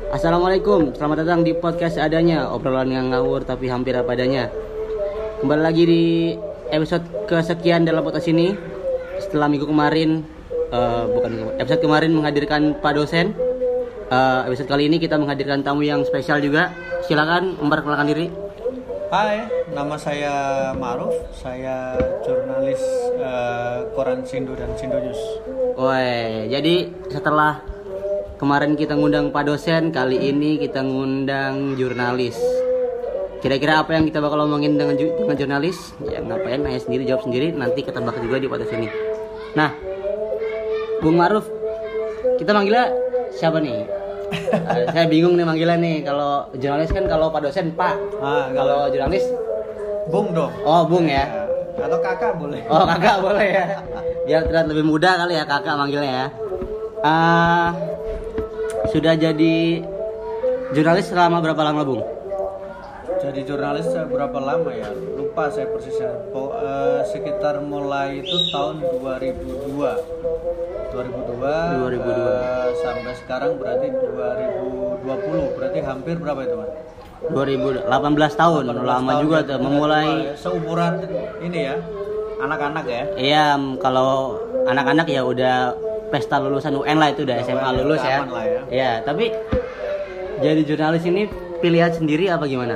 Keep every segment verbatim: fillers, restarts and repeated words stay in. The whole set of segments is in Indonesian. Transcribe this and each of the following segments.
Assalamualaikum, selamat datang di podcast adanya, obrolan yang ngawur tapi hampir apa adanya. Kembali lagi di episode kesekian dalam podcast ini. Setelah minggu kemarin, uh, bukan episode kemarin menghadirkan Pak dosen. Uh, episode kali ini kita menghadirkan tamu yang spesial juga. Silakan memperkenalkan diri. Hai, nama saya Ma'ruf. Saya jurnalis uh, koran Sindo dan Sindo News. Woi, jadi setelah kemarin kita ngundang Pak dosen, kali ini kita ngundang jurnalis. Kira-kira apa yang kita bakal ngomongin dengan, dengan jurnalis? Ya ngapain, nanya sendiri, jawab sendiri. Nanti kita bahas juga di podcast ini. Nah, Bung Ma'ruf, kita manggilnya siapa nih? uh, saya bingung nih manggilnya nih. Kalau jurnalis kan kalau Pak dosen Pak. Ah, kalau jurnalis Bung dong. Oh, Bung ya. Atau kakak boleh. Oh, kakak boleh ya. Biar terlihat lebih muda kali ya kakak manggilnya ya. Uh, Sudah jadi jurnalis selama berapa lama, Bung? Jadi jurnalis berapa lama ya? Lupa saya persisnya. Po, uh, sekitar mulai itu tahun dua ribu dua. dua ribu dua, dua ribu dua. Uh, sampai sekarang berarti dua ribu dua puluh. Berarti hampir berapa itu, Mas? dua ribu delapan belas tahun. delapan belas lama tahun juga ya, tuh memulai seumuran ini ya. Anak-anak ya. Iya, kalau anak-anak ya udah pesta lulusan U N lah, itu udah S M A lulus ya. ya. Iya, tapi jadi jurnalis ini pilihan sendiri apa gimana?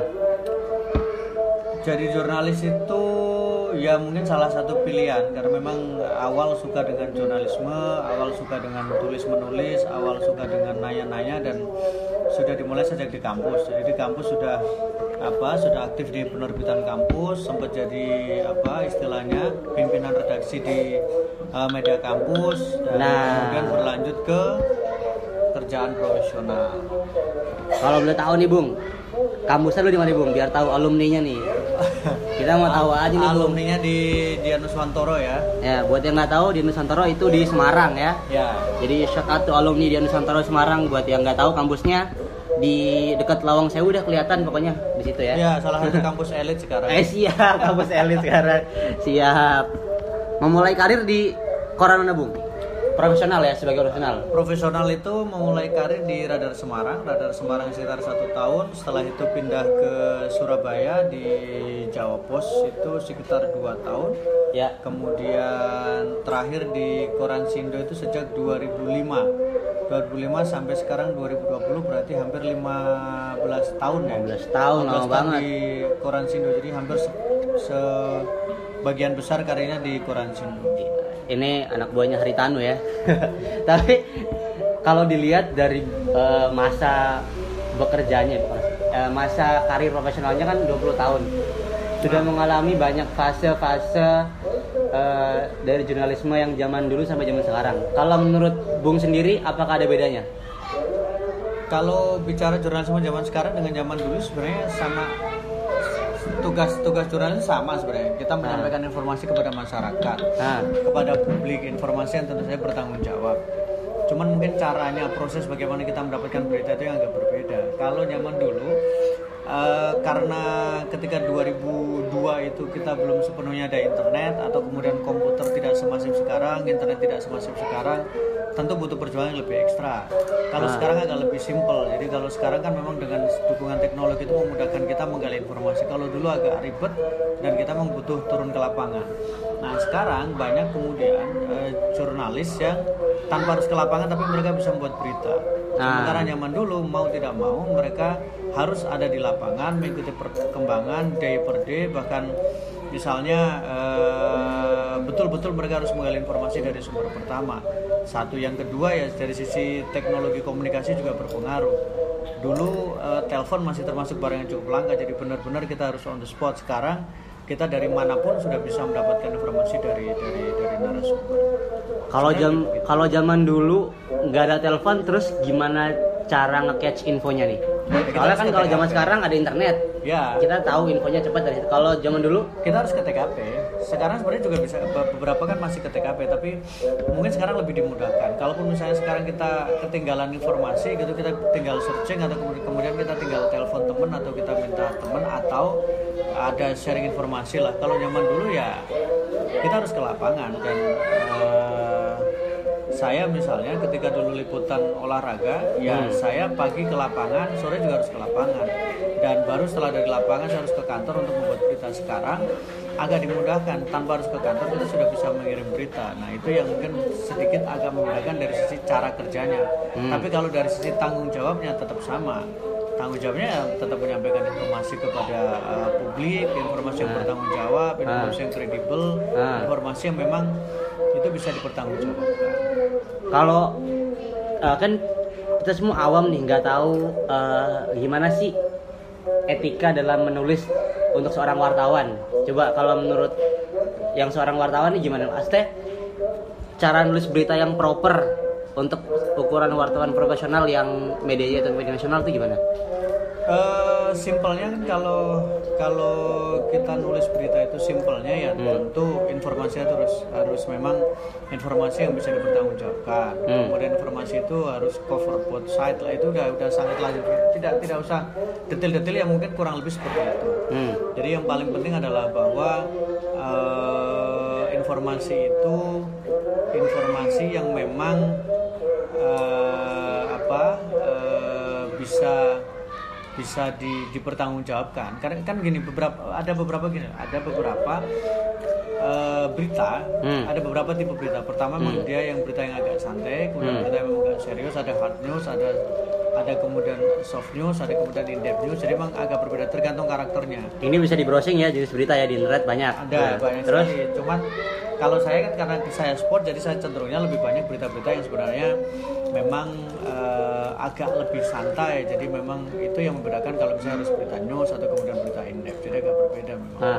Jadi jurnalis itu ya mungkin salah satu pilihan, karena memang awal suka dengan jurnalisme, awal suka dengan tulis menulis, awal suka dengan nanya-nanya, dan sudah dimulai sejak di kampus. Jadi di kampus sudah apa sudah aktif di penerbitan kampus, sempat jadi apa istilahnya pimpinan redaksi di uh, media kampus, dan nah, kemudian berlanjut ke kerjaan profesional. Kalau boleh tahu nih, Bung, kampusnya lu di mana, Bung? Biar tahu alumninya nih. Kita mau tahu aja nih, Bung. Alumninya di Dianuswantoro ya. Ya, buat yang nggak tahu, Dianuswantoro itu di Semarang ya. Ya. Jadi shout out to alumni Dianuswantoro Semarang. Buat yang nggak tahu, kampusnya di dekat Lawang Sewu, udah kelihatan pokoknya di situ ya. Ya, salah satu kampus elit sekarang. Eh siap, kampus elit sekarang. Siap. Memulai karir di koran mana, Bung? Profesional ya, sebagai profesional. Profesional itu memulai karir di Radar Semarang. Radar Semarang sekitar satu tahun. Setelah itu pindah ke Surabaya di Jawa Pos itu sekitar dua tahun. Ya. Kemudian terakhir di koran Sindo itu sejak dua ribu lima. dua ribu lima sampai sekarang dua ribu dua puluh, berarti hampir lima belas tahun ya. lima belas tahun, lama banget. Di koran Sindo, jadi hampir se- sebagian besar karirnya di koran Sindo. Ini anak buahnya Haritanu ya. Tapi kalau dilihat dari uh, masa bekerjanya, uh, masa karir profesionalnya kan dua puluh tahun. Sudah mengalami banyak fase-fase uh, dari jurnalisme yang zaman dulu sampai zaman sekarang. Kalau menurut Bung sendiri, apakah ada bedanya? Kalau bicara jurnalisme zaman sekarang dengan zaman dulu, sebenarnya sama. Tugas-tugas jurnalis sama sebenarnya. Kita menyampaikan nah. informasi kepada masyarakat, nah. kepada publik, informasi yang tentu saja bertanggung jawab. Cuman mungkin caranya, proses bagaimana kita mendapatkan berita itu yang agak berbeda. Kalau zaman dulu, uh, karena ketika dua ribu dua itu kita belum sepenuhnya ada internet, atau kemudian komputer tidak semasif sekarang, internet tidak semasif sekarang, tentu butuh perjuangan yang lebih ekstra. Kalau nah. sekarang agak lebih simpel. Jadi kalau sekarang kan memang dengan dukungan teknologi itu memudahkan kita menggali informasi. Kalau dulu agak ribet dan kita memang butuh turun ke lapangan. Nah sekarang banyak kemudian eh, jurnalis yang tanpa harus ke lapangan tapi mereka bisa membuat berita. Sementara nah. zaman dulu mau tidak mau mereka harus ada di lapangan, mengikuti perkembangan day per day, bahkan misalnya uh, betul-betul mereka harus menggali informasi dari sumber pertama. Satu, yang kedua ya dari sisi teknologi komunikasi juga berpengaruh. Dulu uh, telepon masih termasuk barang yang cukup langka, jadi benar-benar kita harus on the spot. Sekarang kita dari manapun sudah bisa mendapatkan informasi dari dari dari narasumber. Kalau jam gitu. Kalau zaman dulu nggak ada telepon, terus gimana cara nge-catch infonya nih? Soalnya kan kalau zaman sekarang ada internet, ya kita tahu infonya cepat dari situ. Kalau zaman dulu kita harus ke T K P. Sekarang sebenarnya juga bisa, beberapa kan masih ke T K P, tapi mungkin sekarang lebih dimudahkan. Kalaupun misalnya sekarang kita ketinggalan informasi gitu, kita tinggal searching, atau kemudian kita tinggal telepon teman, atau kita minta teman, atau ada sharing informasi lah. Kalau zaman dulu ya kita harus ke lapangan, dan uh, saya misalnya ketika dulu liputan olahraga, ya hmm. saya pagi ke lapangan, sore juga harus ke lapangan. Dan baru setelah dari lapangan saya harus ke kantor untuk membuat berita. Sekarang agak dimudahkan, tanpa harus ke kantor kita sudah bisa mengirim berita. Nah itu yang mungkin sedikit agak memudahkan dari sisi cara kerjanya. Hmm. Tapi kalau dari sisi tanggung jawabnya tetap sama. Tanggung jawabnya tetap menyampaikan informasi kepada uh, publik, informasi yang bertanggung jawab, informasi yang kredibel, informasi yang memang itu bisa dipertanggungjawabkan. Kalau uh, kan kita semua awam nih, nggak tahu uh, gimana sih etika dalam menulis untuk seorang wartawan. Coba kalau menurut yang seorang wartawan nih gimana? Aste cara nulis berita yang proper untuk ukuran wartawan profesional yang medianya atau media nasional itu gimana? Uh, simpelnya kan kalau kalau kita nulis berita itu simpelnya ya hmm. tentu informasinya terus harus memang informasi yang bisa dipertanggungjawabkan. Hmm. Kemudian informasi itu harus cover both side lah, itu udah udah sangat lanjut. Tidak tidak usah detail-detail yang mungkin kurang lebih seperti itu. Hmm. Jadi yang paling penting adalah bahwa uh, informasi itu informasi yang memang uh, apa uh, bisa bisa di, dipertanggungjawabkan. Karena kan gini, beberapa ada beberapa gini, ada beberapa uh, berita, hmm. ada beberapa tipe berita. Pertama memang hmm. dia yang berita yang agak santai, kemudian hmm. berita yang agak serius, ada hard news, ada ada kemudian soft news, ada kemudian in-depth news. Jadi memang agak berbeda tergantung karakternya. Ini bisa di browsing ya, jenis berita ya di internet banyak. Ada nah, banyak terus sekali. Cuman kalau saya kan karena saya sport, jadi saya cenderungnya lebih banyak berita-berita yang sebenarnya memang uh, agak lebih santai. Jadi memang itu yang membedakan kalau misalnya harus berita news atau kemudian berita in-depth. Jadi agak berbeda memang. Nah,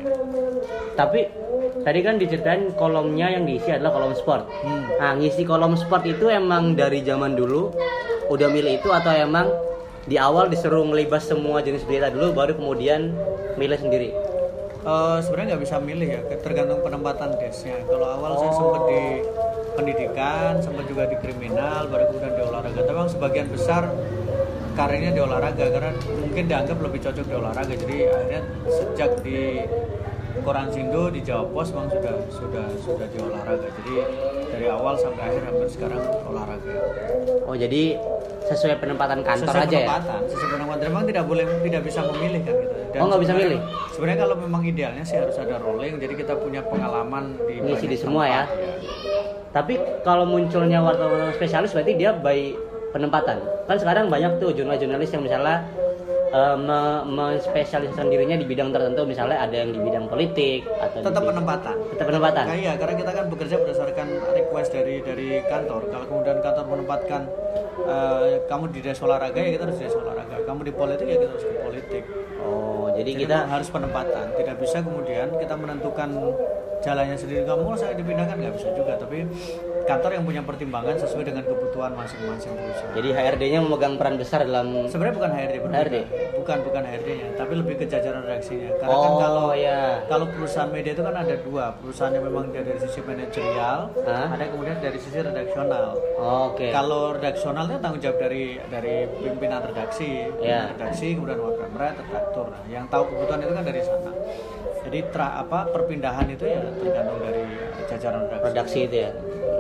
tapi tadi kan diceritain kolomnya yang diisi adalah kolom sport. Hmm. Nah, ngisi kolom sport itu emang dari zaman dulu udah milih itu atau emang di awal disuruh ngelibas semua jenis berita dulu baru kemudian milih sendiri? Uh, sebenarnya nggak bisa milih ya, tergantung penempatan desknya. Kalau awal oh. saya sempat di pendidikan, sempat juga di kriminal, baru kemudian di olahraga. Tapi memang sebagian besar karirnya di olahraga karena mungkin dianggap lebih cocok di olahraga. Jadi akhirnya sejak di Koran Sindo, di Jawa Pos memang sudah sudah sudah di olahraga. Jadi dari awal sampai akhir hampir sekarang olahraga. Oh jadi sesuai penempatan kantor sesuai aja penempatan, ya? Sesuai penempatan. Memang tidak boleh, tidak bisa memilih kan gitu. Dan oh nggak bisa milih? Sebenarnya kalau memang idealnya sih harus ada rolling. Jadi kita punya pengalaman di ngisi di semua ya. ya. Tapi kalau munculnya wartawan spesialis berarti dia by penempatan. Kan sekarang banyak tuh jurnalis-jurnalis yang misalnya uh, me- menspesialisasikan dirinya di bidang tertentu, misalnya ada yang di bidang politik atau tetap penempatan. Tetap penempatan. Nah, iya, karena kita kan bekerja berdasarkan request dari dari kantor. Kalau kemudian kantor menempatkan uh, kamu di desk olahraga ya kita harus di desk olahraga. Kamu di politik ya kita harus di politik. Oh, jadi, jadi kita harus penempatan. Tidak bisa kemudian kita menentukan jalannya sendiri. Kamu saya dipindahkan nggak bisa juga, tapi kantor yang punya pertimbangan sesuai dengan kebutuhan masing-masing perusahaan. Jadi H R D-nya memegang peran besar dalam. Sebenarnya bukan H R D, H R D. Bukan bukan H R D-nya, tapi lebih ke jajaran redaksinya. Karena oh, kan kalau ya. kalau perusahaan media itu kan ada dua, perusahaan yang memang dari sisi manajerial, Hah? ada kemudian dari sisi redaksional. Oh, Oke. Okay. Kalau redaksional itu tanggung jawab dari dari pimpinan redaksi, yeah. redaksi kemudian wakil redaktur. Nah, yang tahu kebutuhan itu kan dari sana. Jadi tra, apa perpindahan itu ya tergantung dari jajaran redaksi. Redaksi itu ya.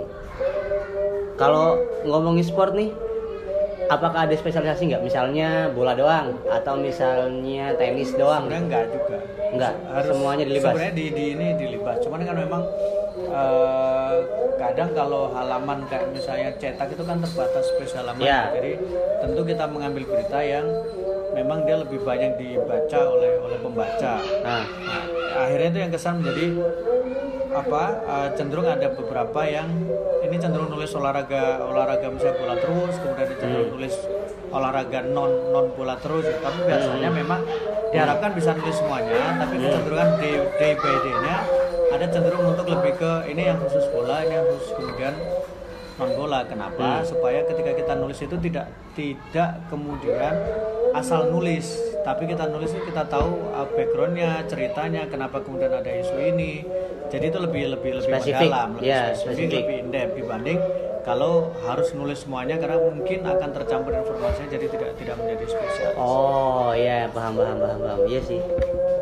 Kalau ngomongin sport nih, apakah ada spesialisasi nggak? Misalnya bola doang atau misalnya tenis doang? Sebenarnya nggak juga. Nggak. Harus semuanya dilibas. Sebenarnya di, di ini dilibas. Cuman kan memang uh, kadang kalau halaman kayak misalnya cetak itu kan terbatas space halaman. Yeah. Jadi tentu kita mengambil berita yang memang dia lebih banyak dibaca oleh oleh pembaca. Nah, nah akhirnya itu yang kesan menjadi apa uh, cenderung ada beberapa yang ini cenderung nulis olahraga olahraga misalnya bola terus, kemudian cenderung hmm. nulis olahraga non non bola terus. Tapi biasanya hmm. memang diharapkan bisa nulis semuanya, tapi hmm. kecenderungan day, day by day-nya ada cenderung untuk lebih ke ini yang khusus bola, ini yang khusus kemudian non bola. Kenapa? Hmm. Supaya ketika kita nulis itu tidak tidak kemudian asal nulis, tapi kita nulis itu kita tahu uh, backgroundnya, ceritanya, kenapa kemudian ada isu ini. Jadi itu lebih lebih lebih spesifik. mendalam, lebih yeah, spesifik, spesifik, lebih in-depth dibanding kalau harus nulis semuanya karena mungkin akan tercampur informasinya jadi tidak tidak menjadi spesial. Oh iya, paham paham paham paham. Iya sih.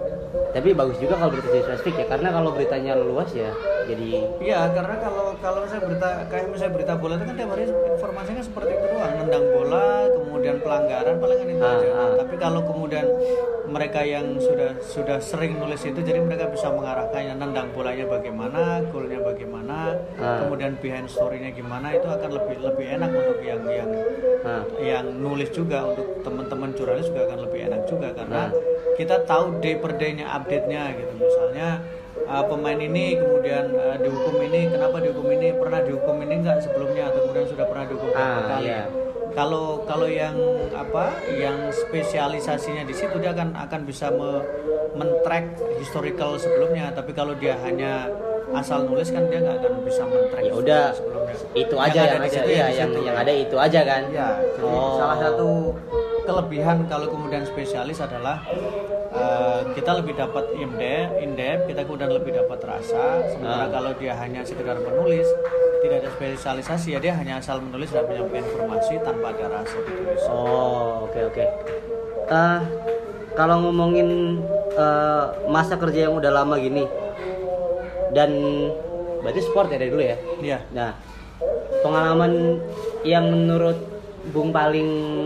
Tapi bagus juga kalau berita jadi spesifik ya, karena kalau beritanya luas ya jadi. Iya, karena kalau kalau saya berita kayak misalnya berita bola itu kan tiap hari informasinya seperti itu doang, nendang bola, kemudian pelanggaran palingan itu ah, aja. Ah. Tapi kalau kemudian mereka yang sudah sudah sering nulis itu, jadi mereka bisa mengarahkannya, nendang bolanya bagaimana, golnya bagaimana, ah. kemudian behind story-nya gimana, itu akan lebih lebih enak untuk yang yang ah. yang nulis juga, untuk teman-teman jurnalis juga akan lebih enak juga karena ah. kita tahu day per day-nya update-nya gitu. Misalnya uh, pemain ini kemudian uh, dihukum ini, kenapa dihukum ini, pernah dihukum ini enggak sebelumnya, atau kemudian sudah pernah dihukum berapa ah, kali. Iya. Kalau kalau yang apa, yang spesialisasinya di situ dia akan akan bisa me, men-track historical sebelumnya. Tapi kalau dia hanya asal nulis kan dia nggak akan bisa men-track. Ya udah, sebelumnya. Itu yang aja yang ada, ya, yang yang ada itu aja kan. Ya, jadi oh. salah satu kelebihan kalau kemudian spesialis adalah uh, kita lebih dapat in-depth, in-depth, kita kemudian lebih dapat rasa. Sementara uh. kalau dia hanya sekedar menulis, tidak ada spesialisasi, ya dia hanya asal menulis dan menyampaikan informasi tanpa ada rasa ditulis. Oh, oke okay, oke. Okay. Uh, kalau ngomongin uh, masa kerja yang udah lama gini, dan berarti sport ya dari dulu ya? Iya. Nah, pengalaman yang menurut Bung paling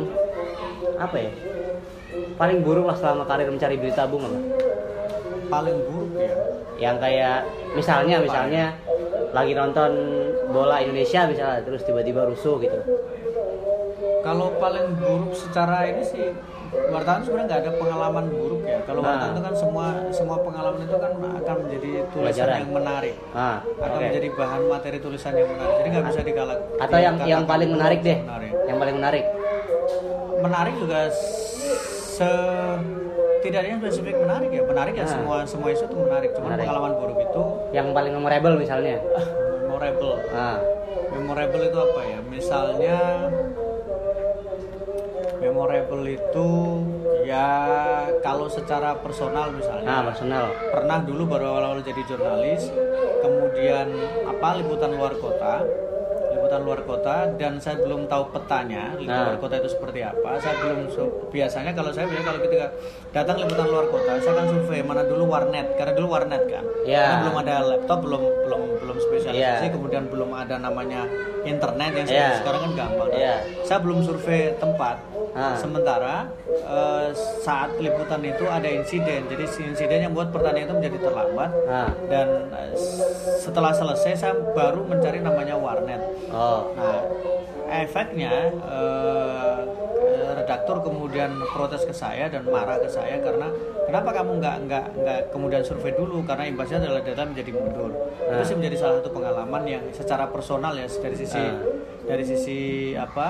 apa ya? Paling buruk lah selama karir mencari berita Bung apa? Paling buruk ya? Yang kayak misalnya misalnya lagi nonton bola Indonesia misalnya, terus tiba-tiba rusuh gitu. Kalau paling buruk secara ini sih, wartawan sebenarnya nggak ada pengalaman buruk ya. Kalau nah. wartawan itu kan semua semua pengalaman itu kan akan menjadi tulisan Pelajaran. yang menarik, ah, akan okay. menjadi bahan materi tulisan yang menarik. Jadi nggak bisa digalak. Atau yang yang paling menarik deh, menarik. yang paling menarik. Menarik juga se tidak ada yang spesifik menarik ya. Menarik ya nah. semua semua isu itu menarik. Cuma menarik. Pengalaman buruk itu yang paling memorable misalnya. memorable. Ah. Memorable itu apa ya? Misalnya memorable itu ya kalau secara personal misalnya. Nah, personal. Pernah dulu baru awal-awal jadi jurnalis, kemudian apa liputan luar kota. Liputan luar kota dan saya belum tahu petanya liputan nah. luar kota itu seperti apa. Saya belum biasanya kalau saya biasanya kalau ketika datang liputan luar kota saya akan survei mana dulu warnet, karena dulu warnet kan. Yeah. Karena belum ada laptop, belum belum belum spesialisasi, yeah. kemudian belum ada namanya internet yang yeah. sekarang kan gampang. Yeah. Saya belum survei tempat. Ah. Sementara uh, saat liputan itu ada insiden, jadi insiden yang membuat pertandingan itu menjadi terlambat. Ah. Dan uh, setelah selesai saya baru mencari namanya warnet. Oh. Nah, efeknya uh, redaktur kemudian protes ke saya dan marah ke saya karena kenapa kamu nggak nggak nggak kemudian survei dulu, karena imbasnya adalah data menjadi mundur. Ah. Itu sih menjadi salah satu pengalaman yang secara personal ya dari sisi ah. dari sisi apa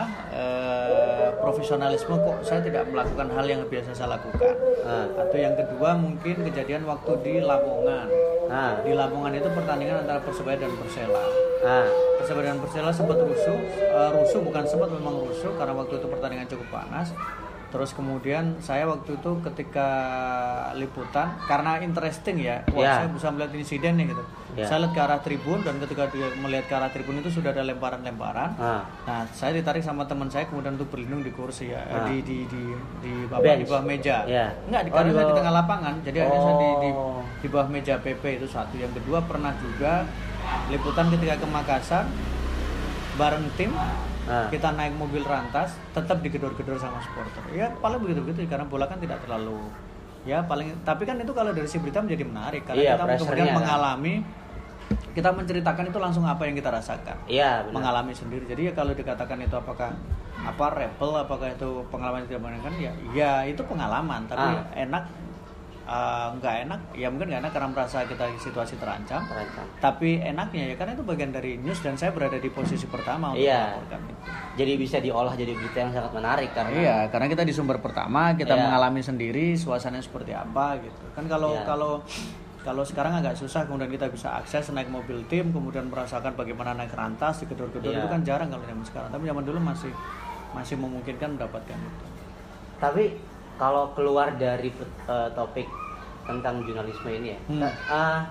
uh, profesionalisme kok saya tidak melakukan hal yang biasa saya lakukan. Ah. Atau yang kedua mungkin kejadian waktu di Lamongan. Ah. Di Lamongan itu pertandingan antara Persebaya dan Persela. Ah. Persebaya dan Persela sempat rusuh, uh, rusuh bukan sempat memang rusuh karena waktu itu pertandingan cukup panas. Terus kemudian saya waktu itu ketika liputan karena interesting ya, wah yeah. saya bisa melihat insiden nih gitu. Yeah. Saya lihat ke arah tribun dan ketika dia melihat ke arah tribun itu sudah ada lemparan-lemparan. Ah. Nah, saya ditarik sama teman saya kemudian untuk berlindung di kursi ya, ah. di di di di bawah di bawah meja. Yeah. Enggak, di karena oh, saya di tengah lapangan. Jadi oh. akhirnya saya di, di di bawah meja P P itu satu. Yang kedua pernah juga liputan ketika ke Makassar bareng tim. Nah. Kita naik mobil rantas, tetap digedor-gedor sama supporter. Ya paling begitu-begitu karena bola kan tidak terlalu ya paling. Tapi kan itu kalau dari si berita menjadi menarik karena iya, kita kemudian mengalami, kita menceritakan itu langsung apa yang kita rasakan. Iya, mengalami sendiri. Jadi ya kalau dikatakan itu apakah apa rebel, apakah itu pengalaman yang tidak menyenangkan? Ya, ya itu pengalaman. Tapi ah. enak. Uh, nggak enak, ya mungkin nggak enak karena merasa kita situasi terancam. terancam. Tapi enaknya ya karena itu bagian dari news dan saya berada di posisi pertama untuk iya. melaporkan itu. Jadi bisa diolah jadi berita yang sangat menarik karena. Iya, karena kita di sumber pertama, kita iya. mengalami sendiri suasananya seperti apa gitu. Kan kalau iya. kalau kalau sekarang agak susah kemudian kita bisa akses naik mobil tim, kemudian merasakan bagaimana naik rantas digedor-gedor iya. itu kan jarang kalau zaman sekarang. Tapi zaman dulu masih masih memungkinkan mendapatkan itu. Tapi kalau keluar dari uh, topik tentang jurnalisme ini ya, hmm. uh,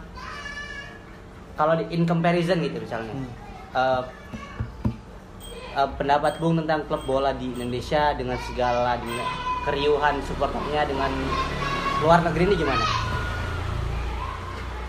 kalau di in comparison gitu misalnya, hmm. uh, uh, pendapat Bung tentang klub bola di Indonesia dengan segala dengan keriuhan supporternya dengan luar negeri ini gimana?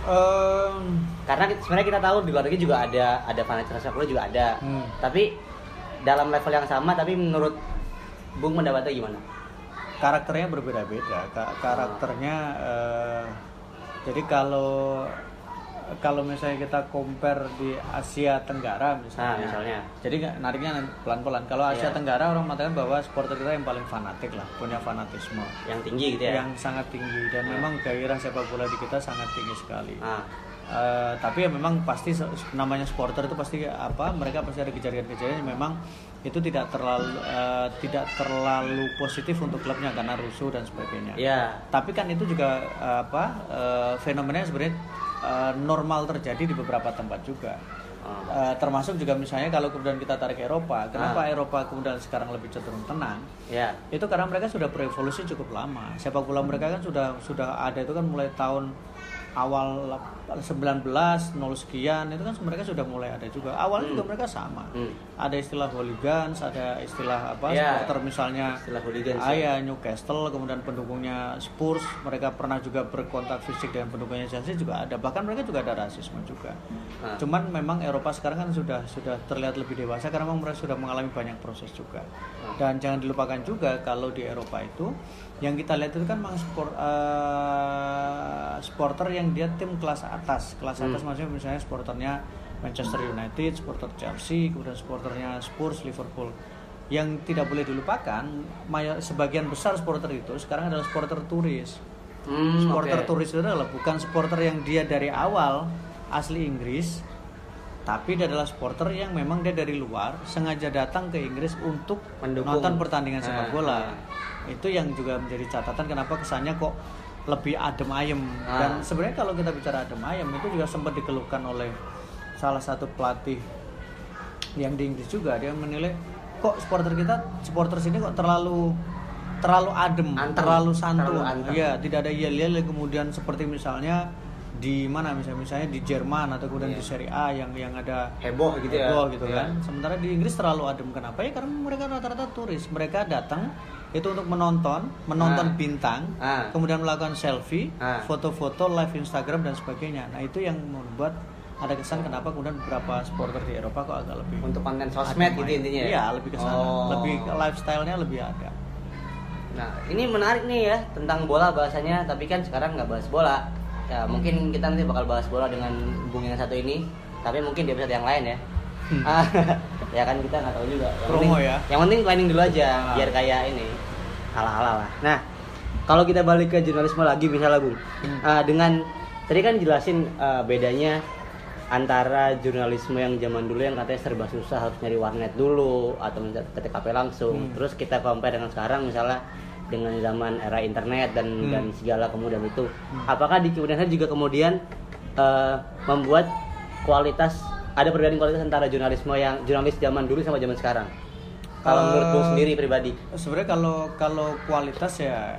Um, Karena kita, sebenarnya kita tahu di luar negeri juga ada ada fanatik sepak bola juga ada. Hmm. Tapi dalam level yang sama, tapi menurut Bung pendapatnya gimana? Karakternya berbeda-beda. Ka- karakternya uh, jadi kalau kalau misalnya kita compare di Asia Tenggara misalnya, nah, misalnya. Jadi nariknya pelan-pelan. Kalau Asia yeah. Tenggara orang mengatakan bahwa supporter kita yang paling fanatik lah, punya fanatisme yang tinggi gitu ya. Yang sangat tinggi dan nah. memang gairah sepak bola di kita sangat tinggi sekali. Nah. Uh, tapi ya memang pasti namanya supporter itu pasti apa? Mereka pasti ada kejadian-kejadian yang memang itu tidak terlalu uh, tidak terlalu positif untuk klubnya karena rusuh dan sebagainya. Yeah. Tapi kan itu juga uh, apa? Uh, fenomenanya sebenarnya uh, normal terjadi di beberapa tempat juga. Oh. Uh, termasuk juga misalnya kalau kemudian kita tarik Eropa, kenapa ah. Eropa kemudian sekarang lebih cenderung tenang? Yeah. Itu karena mereka sudah berevolusi cukup lama. Sepak bola mereka kan sudah sudah ada itu kan mulai tahun awal sembilan belas nol sekian itu kan mereka sudah mulai ada juga. Awalnya hmm. juga mereka sama. Hmm. Ada istilah hooligans, ada istilah apa? Yeah. Supporter misalnya istilah hooligans. Aya Newcastle, kemudian pendukungnya Spurs, mereka pernah juga berkontak fisik dengan pendukungnya Chelsea juga ada. Bahkan mereka juga ada rasisme juga. Hmm. Cuman memang Eropa sekarang kan sudah sudah terlihat lebih dewasa karena memang mereka sudah mengalami banyak proses juga. Hmm. Dan jangan dilupakan juga kalau di Eropa itu yang kita lihat itu kan memang sport, uh, supporter yang dia tim kelas atas, kelas atas hmm. maksudnya misalnya supporternya Manchester United, supporter Chelsea, kemudian supporternya Spurs, Liverpool. Yang tidak boleh dilupakan, mayor, sebagian besar supporter itu sekarang adalah supporter turis. Hmm, supporter okay. turis itu adalah bukan supporter yang dia dari awal asli Inggris, tapi dia adalah supporter yang memang dia dari luar sengaja datang ke Inggris untuk mendukung nonton pertandingan sepak bola. Hmm. Itu yang juga menjadi catatan kenapa kesannya kok lebih adem ayem. Ah. Dan sebenarnya kalau kita bicara adem ayem itu juga sempat dikeluhkan oleh salah satu pelatih yang di Inggris juga. Dia menilai kok supporter kita, supporter sini kok terlalu terlalu adem, anteng, terlalu santun. Iya, tidak ada yel-yel kemudian seperti misalnya di mana misalnya misalnya di Jerman atau kemudian yeah. di Serie A yang yang ada heboh gitu ya. Heboh gitu yeah. kan. Sementara di Inggris terlalu adem. Kenapa? Ya karena mereka rata-rata turis. Mereka datang itu untuk menonton, menonton ah. bintang, ah. kemudian melakukan selfie, ah. foto-foto, live Instagram dan sebagainya. Nah, itu yang membuat ada kesan kenapa kemudian beberapa supporter di Eropa kok agak lebih untuk konten sosmed gitu intinya. Iya, lebih ke sana. Oh. Lebih lifestyle-nya lebih ada. Nah, ini menarik nih ya tentang bola bahasanya, tapi kan sekarang nggak bahas bola. Ya, mungkin kita nanti bakal bahas bola dengan Bung yang satu ini, tapi mungkin di episode yang lain ya. Hmm. Ya kan kita nggak tahu juga. Yang promo penting, ya. Yang penting planning dulu aja, nah. biar kayak ini ala-ala lah. Nah, kalau kita balik ke jurnalisme lagi misalnya Bung, hmm. uh, dengan tadi kan jelasin uh, bedanya antara jurnalisme yang zaman dulu yang katanya serba susah harus nyari warnet dulu atau ke T K P langsung. Hmm. Terus kita compare dengan sekarang misalnya dengan zaman era internet dan hmm. dan segala kemudian itu. Hmm. Apakah di kemudian hari juga kemudian uh, membuat kualitas ada perbedaan kualitas antara jurnalisme yang jurnalis zaman dulu sama zaman sekarang? Kalau uh, menurut Bung sendiri pribadi? Sebenarnya kalau kalau kualitas ya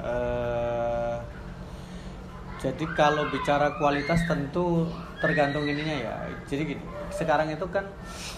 uh, jadi kalau bicara kualitas tentu tergantung ininya ya. Jadi gini, sekarang itu kan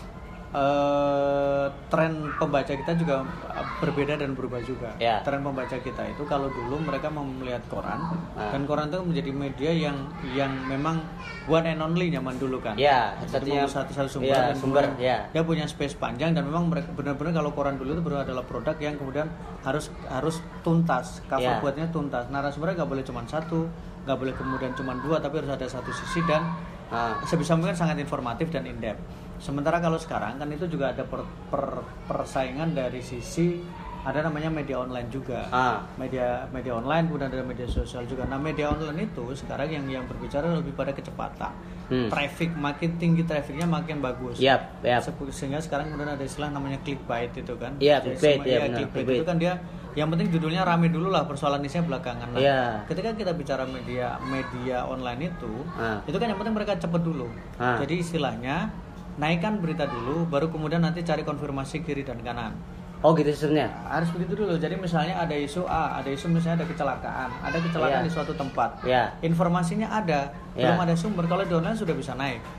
uh, tren pembaca kita juga berbeda dan berubah juga. Yeah. Tren pembaca kita itu kalau dulu mereka mau melihat koran nah. dan koran itu menjadi media yang yang memang one and only zaman dulu kan. Iya, yeah, satunya satu-satu sumber yeah, dan sumber yeah. dia punya space panjang dan memang mereka benar-benar kalau koran dulu itu baru adalah produk yang kemudian harus harus tuntas, cover yeah. buatnya tuntas. Narasumbernya nggak boleh cuma satu, nggak boleh kemudian cuma dua, tapi harus ada satu sisi dan uh, sebisa mungkin sangat informatif dan in-depth. Sementara kalau sekarang kan itu juga ada per, per, persaingan dari sisi ada namanya media online juga, ah. media media online kemudian ada media sosial juga. Nah media online itu sekarang yang yang berbicara lebih pada kecepatan, hmm. traffic makin tinggi, trafficnya makin bagus. Yep, yep. Sehingga sekarang kemudian ada istilah namanya clickbait itu kan. Iya, yeah, clickbait ya, ya clickbait itu kan dia yang penting judulnya rame dulu lah, persoalan isinya belakangan. Nah, yeah. ketika kita bicara media media online itu, ah. itu kan yang penting mereka cepet dulu. Ah. Jadi istilahnya naikkan berita dulu, baru kemudian nanti cari konfirmasi kiri dan kanan. Oh gitu sebenarnya. Harus begitu dulu. Jadi misalnya ada isu A, ada isu misalnya ada kecelakaan, ada kecelakaan yeah. di suatu tempat. Yeah. Informasinya ada, yeah. belum ada sumber. Kalau di online sudah bisa naik.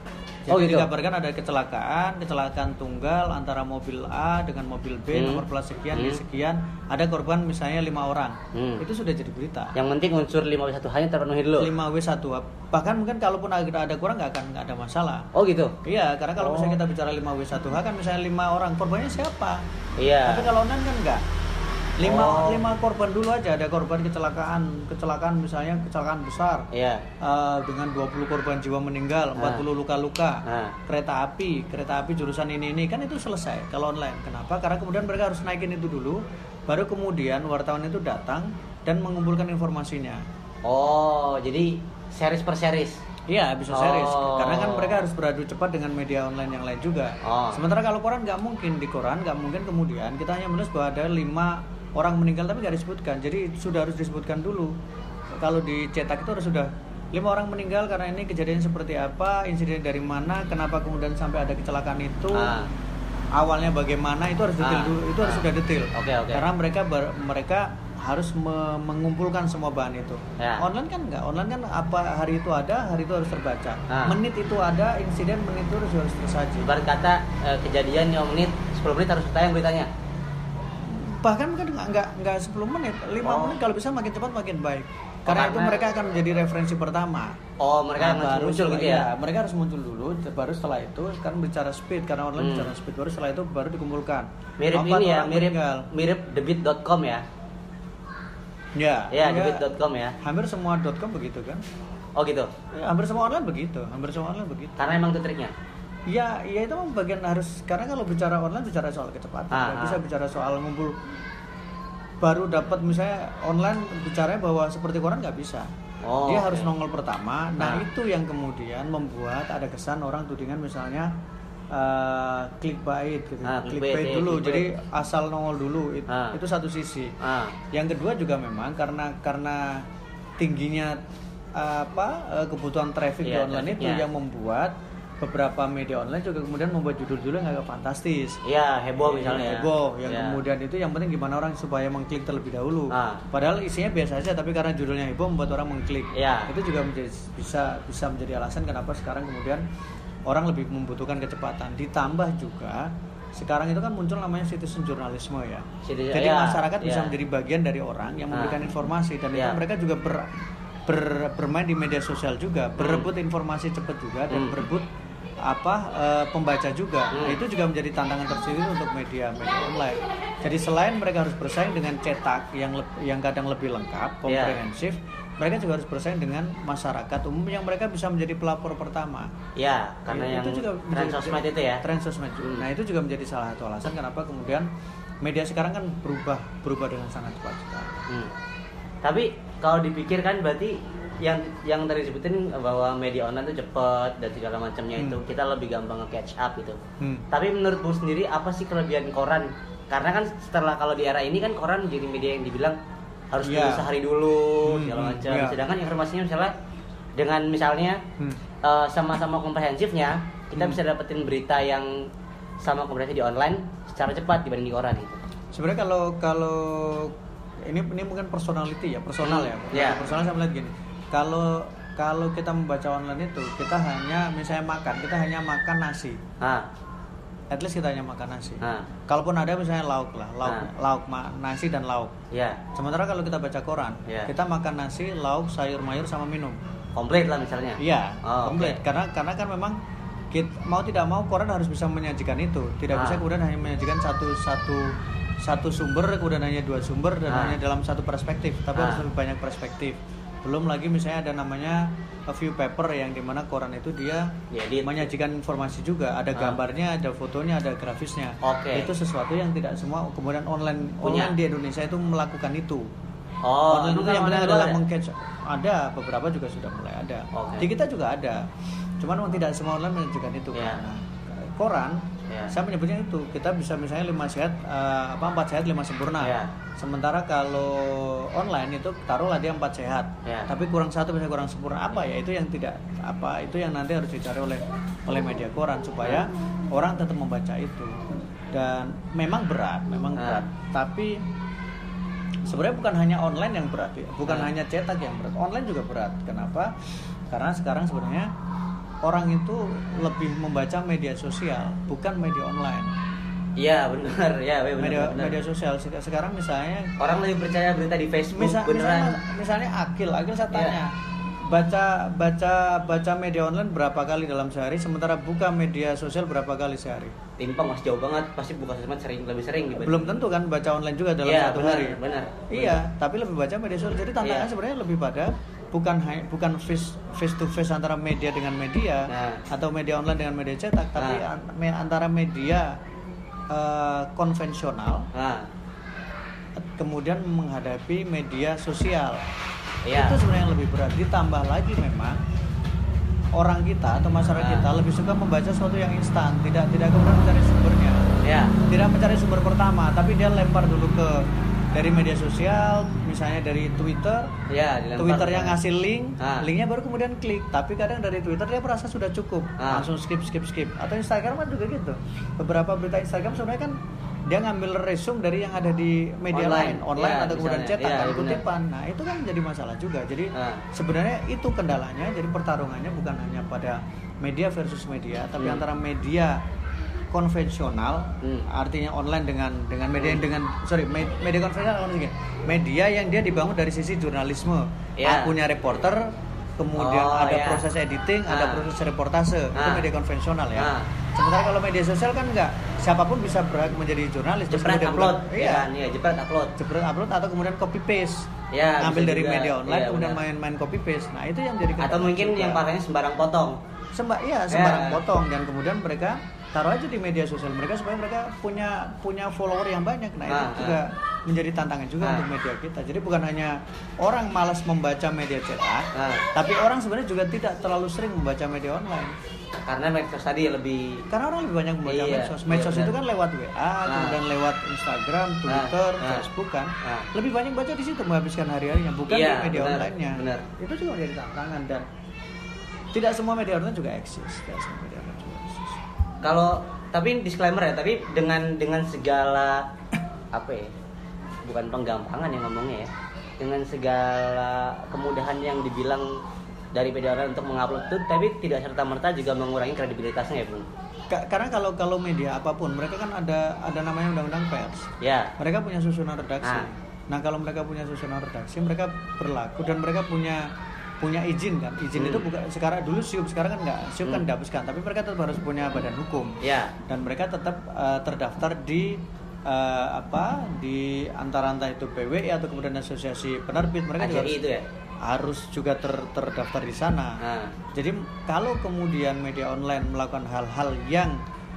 Jadi oh, gitu? Dikabarkan ada kecelakaan, kecelakaan tunggal antara mobil A dengan mobil B, hmm. nomor plat sekian, hmm. sekian, ada korban misalnya lima orang. Hmm. Itu sudah jadi berita. Yang penting unsur lima W satu H-nya terpenuhi dulu. lima W satu H. Bahkan mungkin kalaupun ada kurang nggak akan nggak ada masalah. Oh gitu? Iya, karena kalau oh. misalnya kita bicara lima W satu H kan misalnya lima orang, korbannya siapa? Iya. Tapi kalau online kan enggak. lima, oh. lima korban dulu aja, ada korban kecelakaan kecelakaan misalnya kecelakaan besar yeah. uh, dengan dua puluh korban jiwa meninggal, empat puluh luka-luka, ah. kereta api kereta api jurusan ini ini kan itu selesai kalau online. Kenapa? Karena kemudian mereka harus naikin itu dulu, baru kemudian wartawan itu datang dan mengumpulkan informasinya. Oh, jadi series per series. Iya, bisa series. Oh. Karena kan mereka harus beradu cepat dengan media online yang lain juga. Oh. Sementara kalau koran nggak mungkin, di koran nggak mungkin kemudian kita hanya menulis bahwa ada lima orang meninggal tapi nggak disebutkan. Jadi sudah harus disebutkan dulu. Kalau dicetak itu harus sudah lima orang meninggal karena ini kejadian seperti apa, insiden dari mana, kenapa kemudian sampai ada kecelakaan itu, ah. awalnya bagaimana, itu harus detail ah. dulu. Itu ah. harus sudah detail. Okay, okay. Karena mereka ber, mereka harus me- mengumpulkan semua bahan itu. Ya. Online kan enggak, online kan apa hari itu ada, hari itu harus terbaca. Ah. Menit itu ada, insiden menit itu harus, harus tersaji. Ibarat kata eh, kejadian lima menit, sepuluh menit harus tayang beritanya. Bahkan kan enggak enggak, enggak sepuluh menit, lima oh. menit kalau bisa makin cepat makin baik. Karena, oh, karena itu mereka akan menjadi referensi pertama. Oh, mereka nah, harus muncul gitu ya? Ya. Mereka harus muncul dulu, baru setelah itu kan bicara speed, karena online hmm. bicara speed, baru setelah itu baru dikumpulkan. Mirip Empat ini ya, mirip meninggal. Mirip debit dot com ya. Ya, ya debit dot com ya. Hampir semua .com begitu kan? Oh gitu. Ya, hampir semua online begitu, hampir semua online begitu. Karena emang itu triknya. Ya, ya itu memang bagian harus, karena kalau bicara online bicara soal kecepatan, ah, nggak bisa ah. bicara soal ngumpul. Baru dapat misalnya online bicaranya bahwa seperti koran nggak bisa. Oh, dia okay. harus nongol pertama. Nah, nah itu yang kemudian membuat ada kesan orang tudingan misalnya Uh, clickbait gitu, ah, clickbait, clickbait dulu, clickbait. Jadi asal nongol dulu itu, ah. itu satu sisi. Ah. Yang kedua juga memang karena karena tingginya uh, apa uh, kebutuhan traffic yeah, di online itu yeah. yang membuat beberapa media online juga kemudian membuat judul-judul yang agak fantastis. Iya, heboh misalnya. Heboh, yang yeah. kemudian itu yang penting gimana orang supaya mengklik terlebih dahulu. Ah. Padahal isinya biasa saja, tapi karena judulnya heboh membuat orang mengklik. Yeah. Itu juga menjadi, bisa bisa menjadi alasan kenapa sekarang kemudian orang lebih membutuhkan kecepatan. Ditambah juga sekarang itu kan muncul namanya citizen journalisme ya. Citizen, Jadi ya, masyarakat ya. bisa menjadi bagian dari orang yang memberikan nah. informasi dan ya. itu mereka juga ber, ber, bermain di media sosial juga, berebut hmm. informasi cepat juga dan hmm. berebut apa e, pembaca juga. Hmm. Nah, itu juga menjadi tantangan tersendiri untuk media-media online. Jadi selain mereka harus bersaing dengan cetak yang le, yang kadang lebih lengkap, komprehensif, yeah. mereka juga harus bersaing dengan masyarakat umum yang mereka bisa menjadi pelapor pertama. Ya, karena ya, yang itu juga tren sosmed itu ya. Tren sosmed. Hmm. Nah, itu juga menjadi salah satu alasan kenapa kemudian media sekarang kan berubah berubah dengan sangat cepat sekali. Hmm. Tapi kalau dipikir kan berarti yang yang tadi disebutin bahwa media online itu cepat dan segala macamnya hmm. itu kita lebih gampang nge-catch up gitu. Hmm. Tapi menurutmu sendiri apa sih kelebihan koran? Karena kan setelah kalau di era ini kan koran jadi media yang dibilang harus yeah. dulu sehari dulu hmm, segala macam. Yeah. Sedangkan informasinya misalnya dengan misalnya hmm. uh, sama-sama komprehensifnya kita hmm. bisa dapetin berita yang sama komprehensif di online secara cepat dibanding di koran gitu. Sebenarnya kalau kalau ini ini mungkin personality ya, personal hmm. ya. Yeah. Personal saya melihat gini. Kalau kalau kita membaca online itu kita hanya misalnya makan, kita hanya makan nasi. Ah. At least kita hanya makan nasi. Ah. Kalaupun ada misalnya lauk lah, lauk, ah. lauk ma- nasi dan lauk. Yeah. Sementara kalau kita baca koran, yeah. kita makan nasi, lauk, sayur mayur sama minum. Komplit lah misalnya. Iya, oh, komplit. Okay. Karena karena kan memang kita, mau tidak mau koran harus bisa menyajikan itu. Tidak ah. bisa kemudian hanya menyajikan satu satu satu sumber, kemudian hanya dua sumber dan ah. hanya dalam satu perspektif, tapi ah. harus lebih banyak perspektif. Belum lagi misalnya ada namanya a view paper yang dimana koran itu dia Edit. menyajikan informasi juga, ada ah. gambarnya, ada fotonya, ada grafisnya. Okay. Itu sesuatu yang tidak semua kemudian online Punya. online di Indonesia itu melakukan itu. Oh, online itu yang penting adalah meng-catch. Ada beberapa juga sudah mulai ada. Okay. Di kita juga ada. Cuman memang tidak semua online menunjukkan itu. Yeah. Nah, koran yeah. saya menyebutnya itu kita bisa misalnya lima sehat uh, apa empat sehat lima sempurna. Yeah. Sementara kalau online itu taruhlah dia empat sehat, yeah. tapi kurang satu misalnya kurang sempurna apa ya itu yang tidak apa itu yang nanti harus dicari oleh oleh media koran supaya yeah. orang tetap membaca itu. Dan memang berat, memang yeah. berat. Tapi sebenarnya bukan hanya online yang berat ya, bukan yeah. hanya cetak yang berat, online juga berat. Kenapa? Karena sekarang sebenarnya orang itu lebih membaca media sosial bukan media online. Iya benar, ya benar. Media, benar. media sosial sekarang misalnya orang lebih percaya berita di Facebook. Misal, beneran. Misalnya, misalnya Akil, Akil saya tanya, ya. baca baca baca media online berapa kali dalam sehari, sementara buka media sosial berapa kali sehari? Timpang mas, jauh banget. Pasti buka sosmed sering, lebih sering dibanding. Belum tentu kan baca online juga dalam ya, satu benar, hari. Benar. Iya, benar. Tapi lebih baca media sosial. Jadi tantangannya ya. sebenarnya lebih pada bukan bukan face face to face antara media dengan media nah. atau media online dengan media cetak, tapi nah. antara media Uh, konvensional ah. kemudian menghadapi media sosial ya. Itu sebenarnya yang lebih berat. Ditambah lagi memang orang kita atau masyarakat ah. kita lebih suka membaca sesuatu yang instan, tidak tidak kemudian mencari sumbernya ya. Tidak mencari sumber pertama, tapi dia lempar dulu ke dari media sosial, misalnya dari Twitter, ya, Twitter yang ngasih link, ah. linknya baru kemudian klik. Tapi kadang dari Twitter dia merasa sudah cukup, ah. langsung skip, skip, skip. Atau Instagram kan juga gitu. Beberapa berita Instagram sebenarnya kan dia ngambil resume dari yang ada di media online, lain, online ya, atau kemudian cetak, ya, kutipan. Nah itu kan jadi masalah juga. Jadi ah. sebenarnya itu kendalanya. Jadi pertarungannya bukan hanya pada media versus media, tapi hmm. antara media konvensional, hmm. artinya online dengan dengan media hmm. dengan sorry media konvensional media yang dia dibangun dari sisi jurnalisme, yeah. punya reporter, kemudian oh, ada yeah. proses editing, ah. ada proses reportase, ah. itu media konvensional ya. Ah. Sementara kalau media sosial kan enggak, siapapun bisa berhak menjadi jurnalis. Jepret upload, iya, kan? Iya, jepret upload, jepret upload atau kemudian copy paste, ya, ngambil dari juga. media online, ya, kemudian benar. main-main copy paste. Nah itu yang jadi atau mungkin juga. Yang parahnya sembarang potong. Semba, iya sembarang yeah. potong dan kemudian mereka taruh aja di media sosial mereka supaya mereka punya punya follower yang banyak. Nah, nah itu juga nah. menjadi tantangan juga nah. untuk media kita. Jadi bukan hanya orang malas membaca media cetak, nah. tapi orang sebenarnya juga tidak terlalu sering membaca media online. Karena medsos tadi lebih karena orang lebih banyak membaca iya, medsos. Medsos iya, itu kan lewat W A, nah. kemudian lewat Instagram, Twitter, nah. Facebook kan. Nah. Lebih banyak baca di situ menghabiskan hari-harinya, bukan iya, di media benar, online-nya. Benar. Itu juga menjadi tantangan dan tidak semua media online juga eksis. Tidak semua media online juga eksis. Kalau tapi disclaimer ya, tapi dengan dengan segala apa ya? Bukan penggampangan yang ngomongnya ya. Dengan segala kemudahan yang dibilang dari media online untuk mengupload itu, tapi tidak serta-merta juga mengurangi kredibilitasnya ya, Bung. Karena kalau kalau media apapun, mereka kan ada ada namanya undang-undang pers. Ya. Mereka punya susunan redaksi. Ah. Nah, kalau mereka punya susunan redaksi, mereka berlaku dan mereka punya punya izin kan. Izin hmm. itu bukan sekarang dulu S I U B, sekarang kan enggak. S I U B hmm. kan dihapuskan, tapi mereka tetap harus punya badan hukum. Ya. Dan mereka tetap uh, terdaftar di uh, apa? Di antara antara itu P W I atau kemudian asosiasi penerbit. Mereka juga harus, itu ya. harus juga ter, terdaftar di sana. Nah. Jadi kalau kemudian media online melakukan hal-hal yang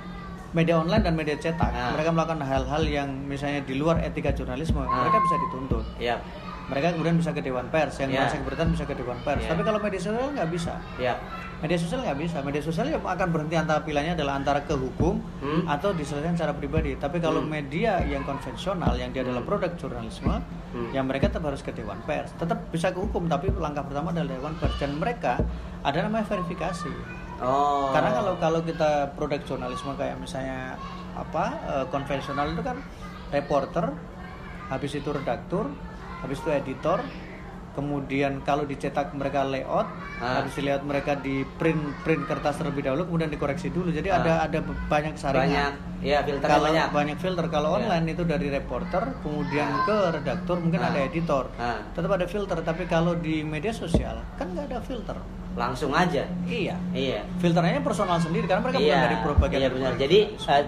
media online dan media cetak, nah. mereka melakukan hal-hal yang misalnya di luar etika jurnalisme, nah. mereka bisa dituntut. Yep. Mereka kemudian bisa ke Dewan Pers, yang merasa yeah. keberatan bisa ke Dewan Pers. Yeah. Tapi kalau media sosial nggak bisa. Yep. Media sosial nggak bisa. Media sosial ya akan berhenti antara pilihannya adalah antara ke hukum hmm? atau diselesaikan secara pribadi. Tapi kalau hmm. media yang konvensional, yang dia adalah produk jurnalisme, hmm. yang mereka tetap harus ke Dewan Pers. Tetap bisa ke hukum, tapi langkah pertama adalah Dewan Pers. Dan mereka ada namanya verifikasi. Oh. Karena kalau kalau kita produk jurnalisme kayak misalnya apa uh, konvensional itu kan reporter, habis itu redaktur, habis itu editor, kemudian kalau dicetak mereka layout, ah. habis dilihat mereka di print print kertas terlebih dahulu, kemudian dikoreksi dulu. Jadi ah. ada ada banyak saringan. Banyak, ya filter kalau banyak. Banyak filter. Kalau ya. online itu dari reporter, kemudian ah. ke redaktur, mungkin ah. ada editor, ah. tetap ada filter. Tapi kalau di media sosial kan nggak ada filter. Langsung aja. Iya. Iya. Filternya personal sendiri karena mereka iya. bukan dari berbagai. Iya benar. Jadi uh,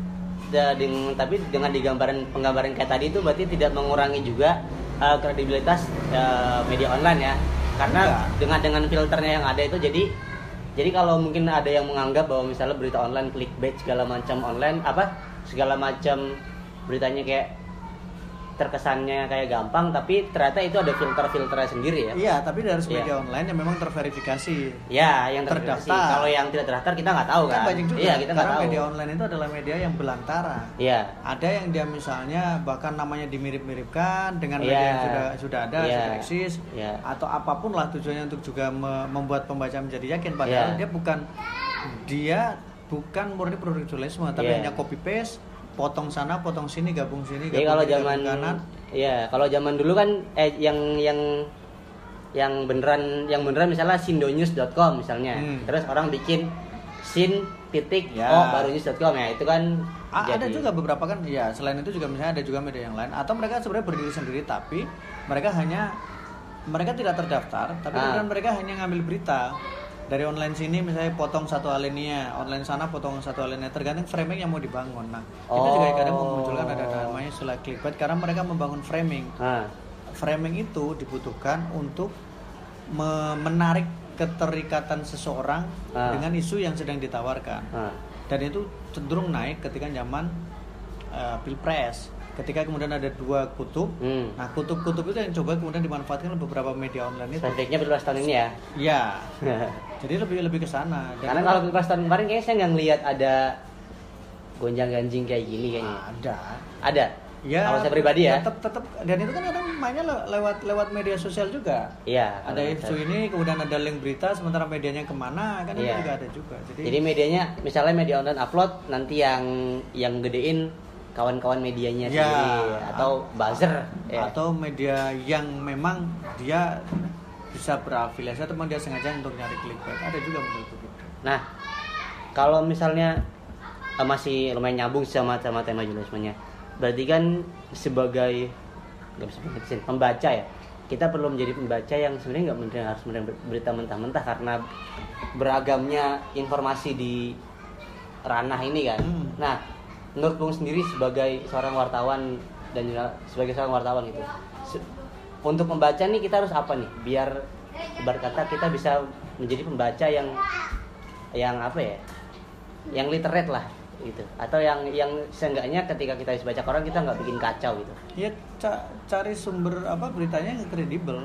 dengan, tapi dengan digambaran penggambaran kayak tadi itu berarti tidak mengurangi juga uh, kredibilitas uh, media online ya, karena enggak. dengan dengan filternya yang ada itu jadi jadi kalau mungkin ada yang menganggap bahwa misalnya berita online clickbait segala macam online apa segala macam beritanya kayak terkesannya kayak gampang, tapi ternyata itu ada filter-filternya sendiri ya. Iya, tapi dari media ya. online yang memang terverifikasi. Ya, yang terdaftar. Kalau yang tidak terdaftar kita nggak tahu kan. Kan banyak juga. Iya, kita karena tahu. Media online itu adalah media yang belantara. Iya. Ada yang dia misalnya bahkan namanya dimirip-miripkan dengan media ya. yang sudah sudah ada, ya. sudah eksis, ya. atau apapun lah tujuannya untuk juga me- membuat pembaca menjadi yakin padahal ya. dia bukan dia bukan murni produk jurnalisme, tapi ya. hanya copy paste, potong sana, potong sini, gabung sini, gabung jadi kalau kiri, zaman kanan. Iya, kalau zaman dulu kan eh yang yang yang beneran yang beneran misalnya sindonews dot com misalnya. Hmm. Terus orang bikin sin titik ya. oh baru news dot com ya itu kan A- ada juga beberapa kan ya selain itu juga misalnya ada juga media yang lain atau mereka sebenarnya berdiri sendiri tapi mereka hanya mereka tidak terdaftar tapi ah. kemudian mereka hanya ngambil berita dari online sini misalnya potong satu alinea, online sana potong satu alinea tergantung framing yang mau dibangun. Nah oh. itu juga kadang memunculkan ada namanya istilah clickbait karena mereka membangun framing. Ah. Framing itu dibutuhkan untuk me- menarik keterikatan seseorang ah. dengan isu yang sedang ditawarkan ah. dan itu cenderung naik ketika zaman uh, pilpres ketika kemudian ada dua kutub hmm. nah kutub-kutub itu yang coba kemudian dimanfaatkan oleh beberapa media online itu strateginya pilpres tahun ini ya iya jadi lebih lebih ke sana karena kalau pilpres tahun kemarin kayaknya saya nggak ngelihat ada gonjang-ganjing kayak gini kayaknya ada ada ya, kalau saya pribadi ya tetap tetap dan itu kan kadang mainnya lewat lewat media sosial juga iya ada isu ini kemudian ada link berita sementara medianya kemana kan iya. itu juga ada juga jadi, jadi medianya misalnya media online upload nanti yang yang gedein kawan-kawan medianya ya, sendiri atau buzzer ya. Atau media yang memang dia bisa berafiliasi atau memang dia sengaja untuk nyari clickbait ada juga begitu. Nah kalau misalnya masih lumayan nyambung sama sama tema jurnalismenya berarti kan sebagai nggak bisa berarti pembaca ya kita perlu menjadi pembaca yang sebenarnya nggak benar harus menerima berita mentah-mentah karena beragamnya informasi di ranah ini kan. Hmm. Nah menurut Bung sendiri sebagai seorang wartawan dan juga sebagai seorang wartawan gitu untuk membaca nih kita harus apa nih biar berkata kita bisa menjadi pembaca yang yang apa ya yang literate lah gitu atau yang yang seenggaknya ketika kita baca koran kita nggak bikin kacau gitu ya ca- cari sumber apa beritanya yang kredibel.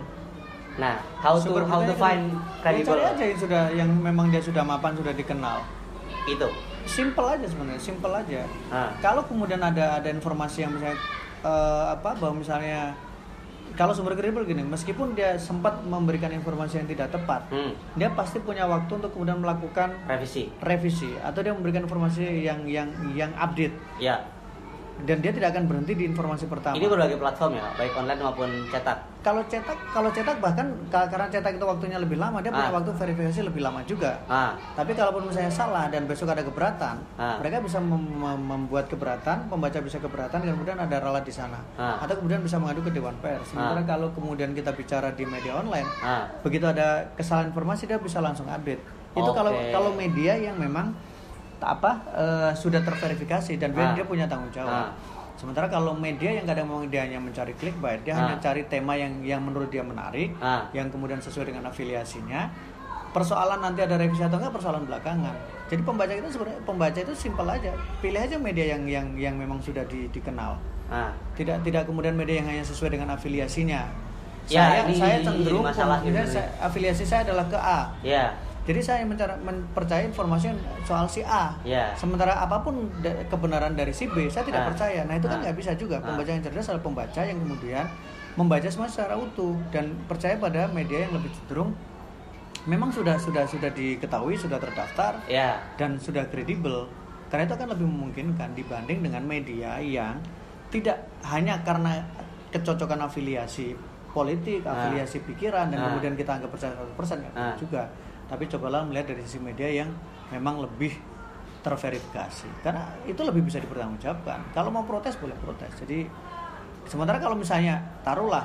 Nah how to sumber how to find kredibel ya, cari aja yang sudah yang memang dia sudah mapan sudah dikenal itu simple aja sebenarnya simple aja ah. Kalau kemudian ada ada informasi yang misalnya uh, apa bahwa misalnya kalau sumber kredibel gini, meskipun dia sempat memberikan informasi yang tidak tepat, hmm. dia pasti punya waktu untuk kemudian melakukan revisi, revisi, atau dia memberikan informasi yang yang yang update. Ya. Dan dia tidak akan berhenti di informasi pertama. Ini berbagai platform ya, baik online maupun cetak. Kalau cetak, kalau cetak bahkan karena cetak itu waktunya lebih lama, dia ah. punya waktu verifikasi lebih lama juga. Ah. Tapi kalaupun misalnya salah dan besok ada keberatan, ah. mereka bisa mem- membuat keberatan, pembaca bisa keberatan, dan kemudian ada ralat di sana. Ah. Atau kemudian bisa mengadu ke Dewan Pers. Sementara ah. kalau kemudian kita bicara di media online, ah. begitu ada kesalahan informasi dia bisa langsung update. Itu okay. kalau kalau media yang memang apa uh, sudah terverifikasi dan ah. dia punya tanggung jawab. Ah. Sementara kalau media yang kadang memang dia hanya mencari clickbait, dia ah. hanya cari tema yang yang menurut dia menarik, ah. yang kemudian sesuai dengan afiliasinya. Persoalan nanti ada revisi atau enggak persoalan belakangan. Jadi pembaca itu sebenarnya pembaca itu simpel aja. Pilih aja media yang yang yang memang sudah di, dikenal. Ah. Tidak tidak kemudian media yang hanya sesuai dengan afiliasinya. Ya, saya di, saya cenderung masalah saya, afiliasi saya adalah ke A. Ya. Jadi saya mencara, mempercayai informasi soal si A. Yeah. Sementara apapun da- kebenaran dari si B, saya tidak ah. percaya. Nah itu kan nggak ah. bisa juga. Pembaca yang cerdas adalah pembaca yang kemudian membaca semua secara utuh dan percaya pada media yang lebih cenderung memang sudah sudah sudah diketahui, sudah terdaftar yeah. dan sudah kredibel. Karena itu akan lebih memungkinkan dibanding dengan media yang tidak hanya karena kecocokan afiliasi politik, ah. afiliasi pikiran dan ah. kemudian kita anggap percaya seratus persen ah. juga. Tapi cobalah melihat dari sisi media yang memang lebih terverifikasi. Karena itu lebih bisa dipertanggungjawabkan. Kalau mau protes boleh protes. Jadi sementara kalau misalnya taruhlah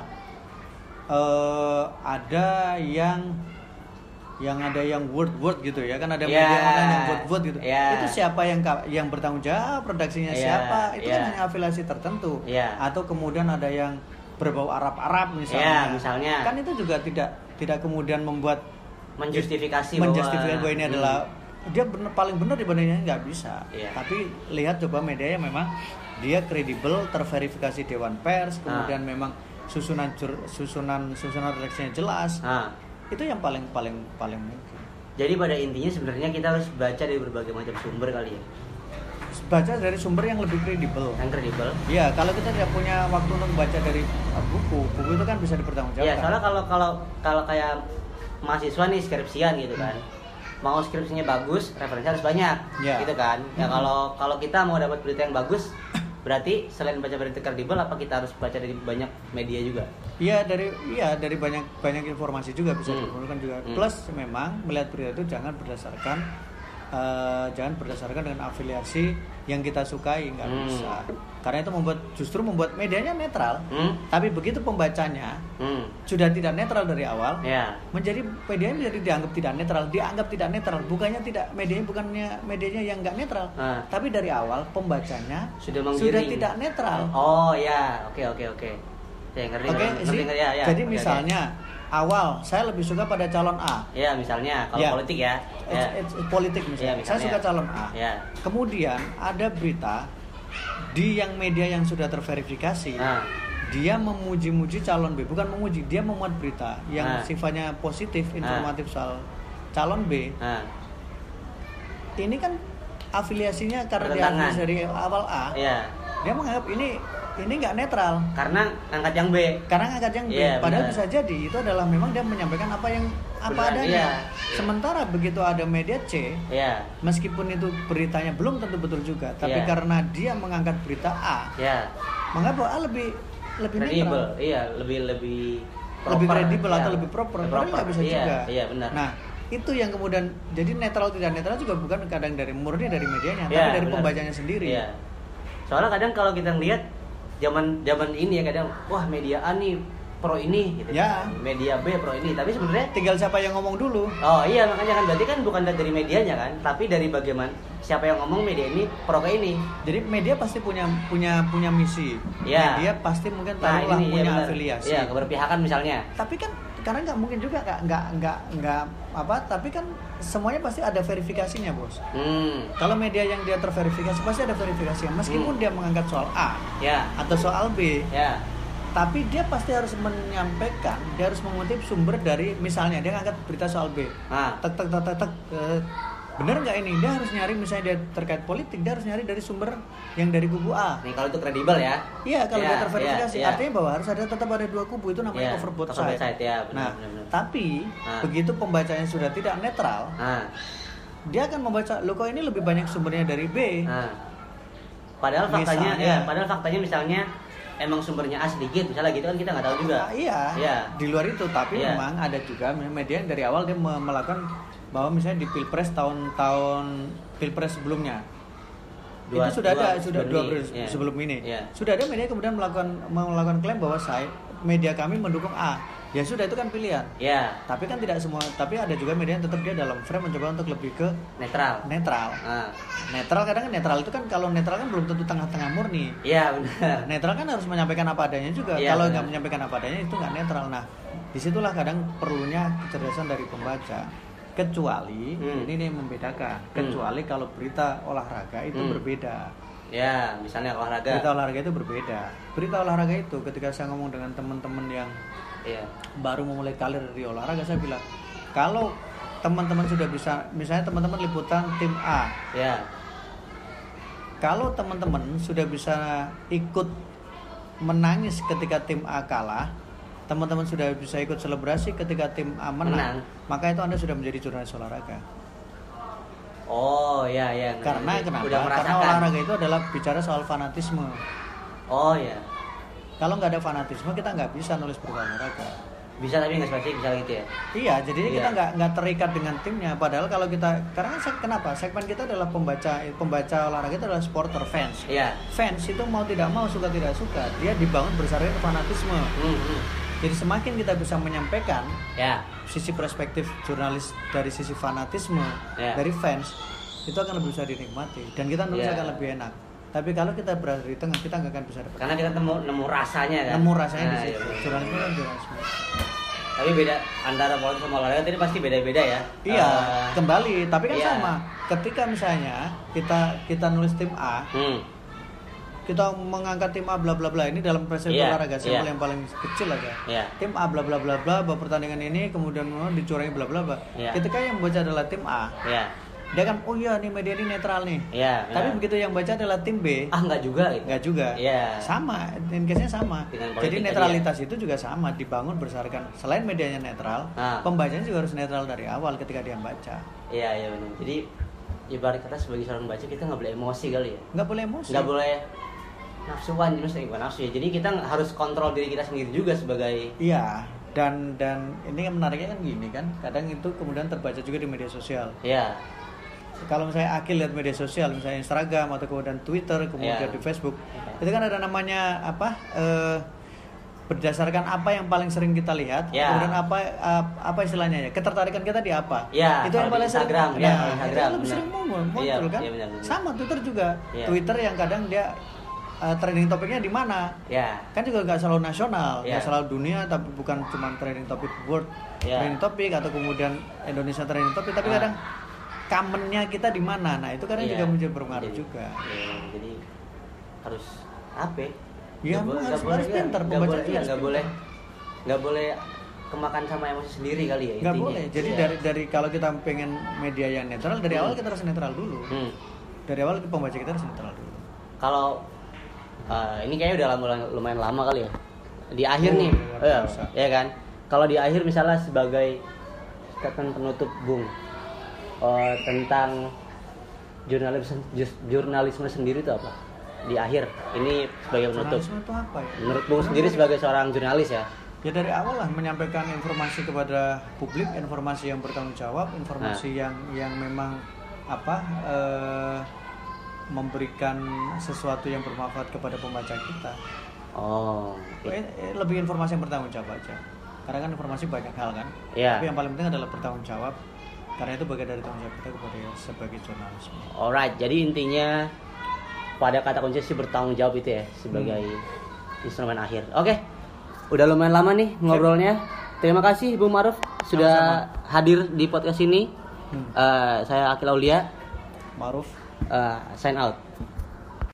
uh, ada yang yang ada yang word word gitu ya kan ada yeah. media online yang word word gitu. Yeah. Itu siapa yang yang bertanggung jawab redaksinya yeah. siapa? Itu yeah. kan hanya afiliasi tertentu. Yeah. Atau kemudian ada yang berbau Arab-Arab misalnya. Yeah, misalnya. Kan itu juga tidak tidak kemudian membuat menjustifikasi menjustifikasi bahwa ini hmm. adalah dia bener, paling benar dibandingnya nggak bisa. Yeah. Tapi lihat coba media yang memang dia kredibel, terverifikasi Dewan Pers, kemudian ah. memang susunan susunan susunan redaksinya jelas. Ah. Itu yang paling paling paling mungkin. Jadi pada intinya sebenarnya kita harus baca dari berbagai macam sumber kali ya. Baca dari sumber yang lebih kredibel. Yang kredibel. Iya, kalau kita tidak punya waktu untuk baca dari buku, buku itu kan bisa dipertanggungjawabkan. Iya, soalnya kalau kalau kalau kayak mahasiswa nih skripsian gitu kan, hmm. mau skripsinya bagus referensi harus banyak, yeah. gitu kan. Ya kalau hmm. kalau kita mau dapat berita yang bagus Berarti selain baca berita kredibel, apa kita harus baca dari banyak media juga? Iya dari iya dari banyak banyak informasi juga bisa Hmm. dikumpulkan juga. Hmm. Plus memang melihat berita itu jangan berdasarkan uh, jangan berdasarkan dengan afiliasi yang kita sukai, nggak Hmm. bisa. Karena itu membuat justru membuat medianya netral. Hmm? Tapi begitu pembacanya Hmm. sudah tidak netral dari awal, Ya. menjadi medianya menjadi dianggap tidak netral, dianggap tidak netral. Bukannya tidak medianya bukannya medianya yang nggak netral, Ah. tapi dari awal pembacanya Sudah sudah menggiring. tidak netral. Oh ya, oke oke oke. Saya ngerti. Oke, ngerti, sih. ngerti, ya, ya. Jadi Oke, misalnya awal saya lebih suka pada calon A. oke. Ya misalnya kalau Ya. politik ya. It's, Ya. it's politik misalnya. Ya, Saya misalnya. suka calon A. Ya. Kemudian ada berita di yang media yang sudah terverifikasi. Nah. Dia memuji-muji calon B, bukan memuji, dia memuat berita yang Nah. sifatnya positif, informatif soal calon B. Nah. Ini kan afiliasinya karena dia Bertentangan. afiliasi dari awal A. Ya. Dia menganggap ini ini nggak netral Karena angkat yang B. karena ngangkat yang B. Iya, Padahal benar. bisa jadi itu adalah memang dia menyampaikan apa yang apa Benar, adanya. iya. Sementara begitu ada media C, Ya. meskipun itu beritanya belum tentu betul juga, tapi Iya. karena dia mengangkat berita A, Ya. menganggap bahwa A lebih lebih Kredibel. netral, Iya, lebih lebih lebih proper. kredibel Ya. atau lebih proper. Lebih Padahal nggak bisa Iya, juga. Iya, benar. Nah, itu yang kemudian jadi netral tidak netral juga bukan kadang dari murni dari medianya, Iya, tapi dari benar. pembacanya sendiri. Iya. Soalnya kadang kalau kita lihat zaman zaman ini ya kadang wah media A nih pro ini gitu. Ya. Media B pro ini, tapi sebenarnya Tinggal siapa yang ngomong dulu. oh iya makanya kan berarti kan bukan dari medianya kan, tapi dari bagaimana siapa yang ngomong media ini pro ke ini. Jadi media pasti punya punya punya misi. Iya. Media pasti mungkin Nah, taruhlah ini, iya, punya benar. afiliasi. Iya, keberpihakan misalnya. Tapi kan karena nggak mungkin juga nggak nggak nggak nggak apa. Tapi kan semuanya pasti ada verifikasinya, bos. Hmm. Kalau media yang dia terverifikasi pasti ada verifikasinya. Meskipun Hmm. dia mengangkat soal A Ya. atau soal B, Ya. tapi dia pasti harus menyampaikan, dia harus mengutip sumber dari misalnya dia ngangkat berita soal B. Ah. Tek tek tek tek, tek eh, bener nggak ini? Dia harus nyari misalnya dia terkait politik, dia harus nyari dari sumber yang dari kubu A. Nih kalau itu kredibel ya. Iya, kalau Ya, dia terverifikasi, ya, ya. artinya bahwa harus ada tetap ada dua kubu, itu namanya Ya, cover both cover both side. side, ya, benar, Nah, benar, benar. tapi Ah. begitu pembacanya sudah tidak netral, Ah. dia akan membaca, lo kok ini lebih banyak sumbernya dari B. Nah, padahal faktanya Misalnya. ya, padahal faktanya misalnya emang sumbernya A sedikit, misalnya gitu kan kita nggak tahu juga. Ah, iya, Iya. di luar itu, tapi Iya. memang ada juga media yang dari awal dia me- melakukan bahwa misalnya di pilpres tahun-tahun pilpres sebelumnya Dua- itu sudah dua ada sudah sebelum dua ini, periode iya. sebelum ini Iya. sudah ada media kemudian melakukan melakukan klaim bahwa saya media kami mendukung A, ya sudah itu kan pilihan. Ya, Tapi kan tidak semua, tapi ada juga media yang tetap dia dalam frame mencoba untuk lebih ke netral. netral. Ah. Netral kadang kan netral itu kan kalau netral kan belum tentu tengah-tengah murni. Iya benar. Netral kan harus menyampaikan apa adanya juga. Iya, Kalau benar. nggak menyampaikan apa adanya itu nggak netral. Nah, disitulah kadang perlunya kecerdasan dari pembaca. Kecuali Hmm. ini nih yang membedakan. Kecuali kalau berita olahraga itu Hmm. berbeda. Ya, misalnya olahraga. Berita olahraga itu berbeda. Berita olahraga itu ketika saya ngomong dengan teman-teman yang Iya. baru memulai karir di olahraga, saya bilang kalau teman-teman sudah bisa, misalnya teman-teman liputan tim A, Ya. kalau teman-teman sudah bisa ikut menangis ketika tim A kalah, teman-teman sudah bisa ikut selebrasi ketika tim A menang, Menang. maka itu Anda sudah menjadi jurnalis olahraga. Oh, ya ya. Karena Udah kenapa? Karena merasakan. olahraga itu adalah bicara soal fanatisme. Oh ya. Kalau nggak ada fanatisme, kita nggak bisa nulis berita olahraga. Bisa tapi nggak spesifik misalnya gitu ya. Iya, jadinya kita Iya. nggak nggak terikat dengan timnya. Padahal kalau kita, karena kan seg- kenapa? Segmen kita adalah pembaca pembaca olahraga itu adalah supporter fans. Iya. Fans itu mau tidak mau, suka tidak suka, dia dibangun berdasarkan fanatisme. Hmm, hmm. Jadi semakin kita bisa menyampaikan Ya. sisi perspektif jurnalis dari sisi fanatisme Ya. dari fans, itu akan lebih bisa dinikmati dan kita nulis Ya. akan lebih enak. Tapi kalau kita berada di tengah, kita nggak akan bisa dapat. Karena kita nemu nemu rasanya kan. Nemu rasanya di Nah, situ. iya, benar. Jurnalisme kan jurnalisme. Tapi beda antara politik sama olahraga tadi pasti beda-beda ya. Iya, Eh, kembali. Tapi kan iya. sama. Ketika misalnya kita kita nulis tim A, Hmm. kita mengangkat tim A bla bla bla, ini dalam persepsi Iya, olahraga sampel iya. yang paling kecil aja. Iya. Tim A bla bla bla bla bahwa pertandingan ini kemudian oh, dicurangi bla bla bla. Iya. Ketika yang baca adalah tim A, Iya. dia kan oh iya nih media ini netral nih. Iya. Tapi benar. begitu yang baca adalah tim B, ah enggak juga gitu. nggak juga. Iya. Sama, in case-nya sama. Dengan politik Jadi tadi netralitas itu juga sama, dibangun berdasarkan selain medianya netral, Ah. pembacanya juga harus netral dari awal ketika dia baca. Iya, iya benar. Jadi ibarat kata sebagai seorang baca kita nggak boleh emosi kali ya. Nggak boleh emosi. Nggak boleh nafsuan, maksudnya bukan nafsu ya. Jadi kita harus kontrol diri kita sendiri juga sebagai. Iya. Dan dan ini yang menariknya kan gini kan, kadang itu kemudian terbaca juga di media sosial. Iya. Kalau misalnya Akil lihat media sosial, misalnya Instagram atau kemudian Twitter, kemudian ya. di Facebook, ya. itu kan ada namanya apa? Eh, berdasarkan apa yang paling sering kita lihat, ya. kemudian apa apa istilahnya ya, ketertarikan kita di apa? Ya, itu yang paling sering. Instagram, Ya, ya, itu Instagram, lebih sering muncul, muncul ya, kan? ya, benar, benar. Sama Twitter juga. Ya. Twitter yang kadang dia uh, trending topiknya di mana? Ya. Kan juga nggak selalu nasional, nggak Ya. selalu dunia, tapi bukan cuma trending topik world, Ya. trending topik atau kemudian Indonesia trending topik, tapi Ah. kadang kamennya kita di mana? Nah itu kadang Iya. juga menjadi berpengaruh Jadi, juga. Ya, jadi harus apa? Ya, Nggak bo- harus- nggak boleh, harus pintar, nggak pembaca boleh, itu iya, harus nggak pintar. boleh, nggak boleh kemakan sama emosi sendiri kali ya. Nggak intinya. boleh. Jadi Iya. dari dari kalau kita pengen media yang netral, dari Hmm. awal kita harus netral dulu. Hmm. Dari awal pembaca kita harus netral dulu. Kalau uh, ini kayaknya udah lama, lumayan lama kali ya. Di akhir Oh, nih, luar ya, biasa. ya kan. Kalau di akhir misalnya sebagai statement penutup Bung uh, tentang jurnalisme jurnalisme sendiri itu apa? Di akhir ini sebagai penutup. Jurnalisme itu apa ya? Menurut Bung sendiri sebagai seorang jurnalis ya. Ya dari awal lah menyampaikan informasi kepada publik, informasi yang bertanggung jawab, informasi Nah. yang yang memang apa eh, memberikan sesuatu yang bermanfaat kepada pembaca kita. Oh. Eh, eh, lebih informasi yang bertanggung jawab aja. Karena kan informasi banyak hal kan. Iya. Tapi yang paling penting adalah bertanggung jawab. Karena itu bagian dari tanggung jawab kita kepada sebagai jurnalis. Alright, jadi intinya pada kata kunci sih bertanggung jawab itu ya sebagai hmm. instrumen akhir. Oke, udah lumayan lama nih ngobrolnya. Terima kasih Bung Ma'ruf sudah Sama-sama. hadir di podcast ini. Hmm. Uh, saya Akil Aulia. Ma'ruf. Uh, sign out.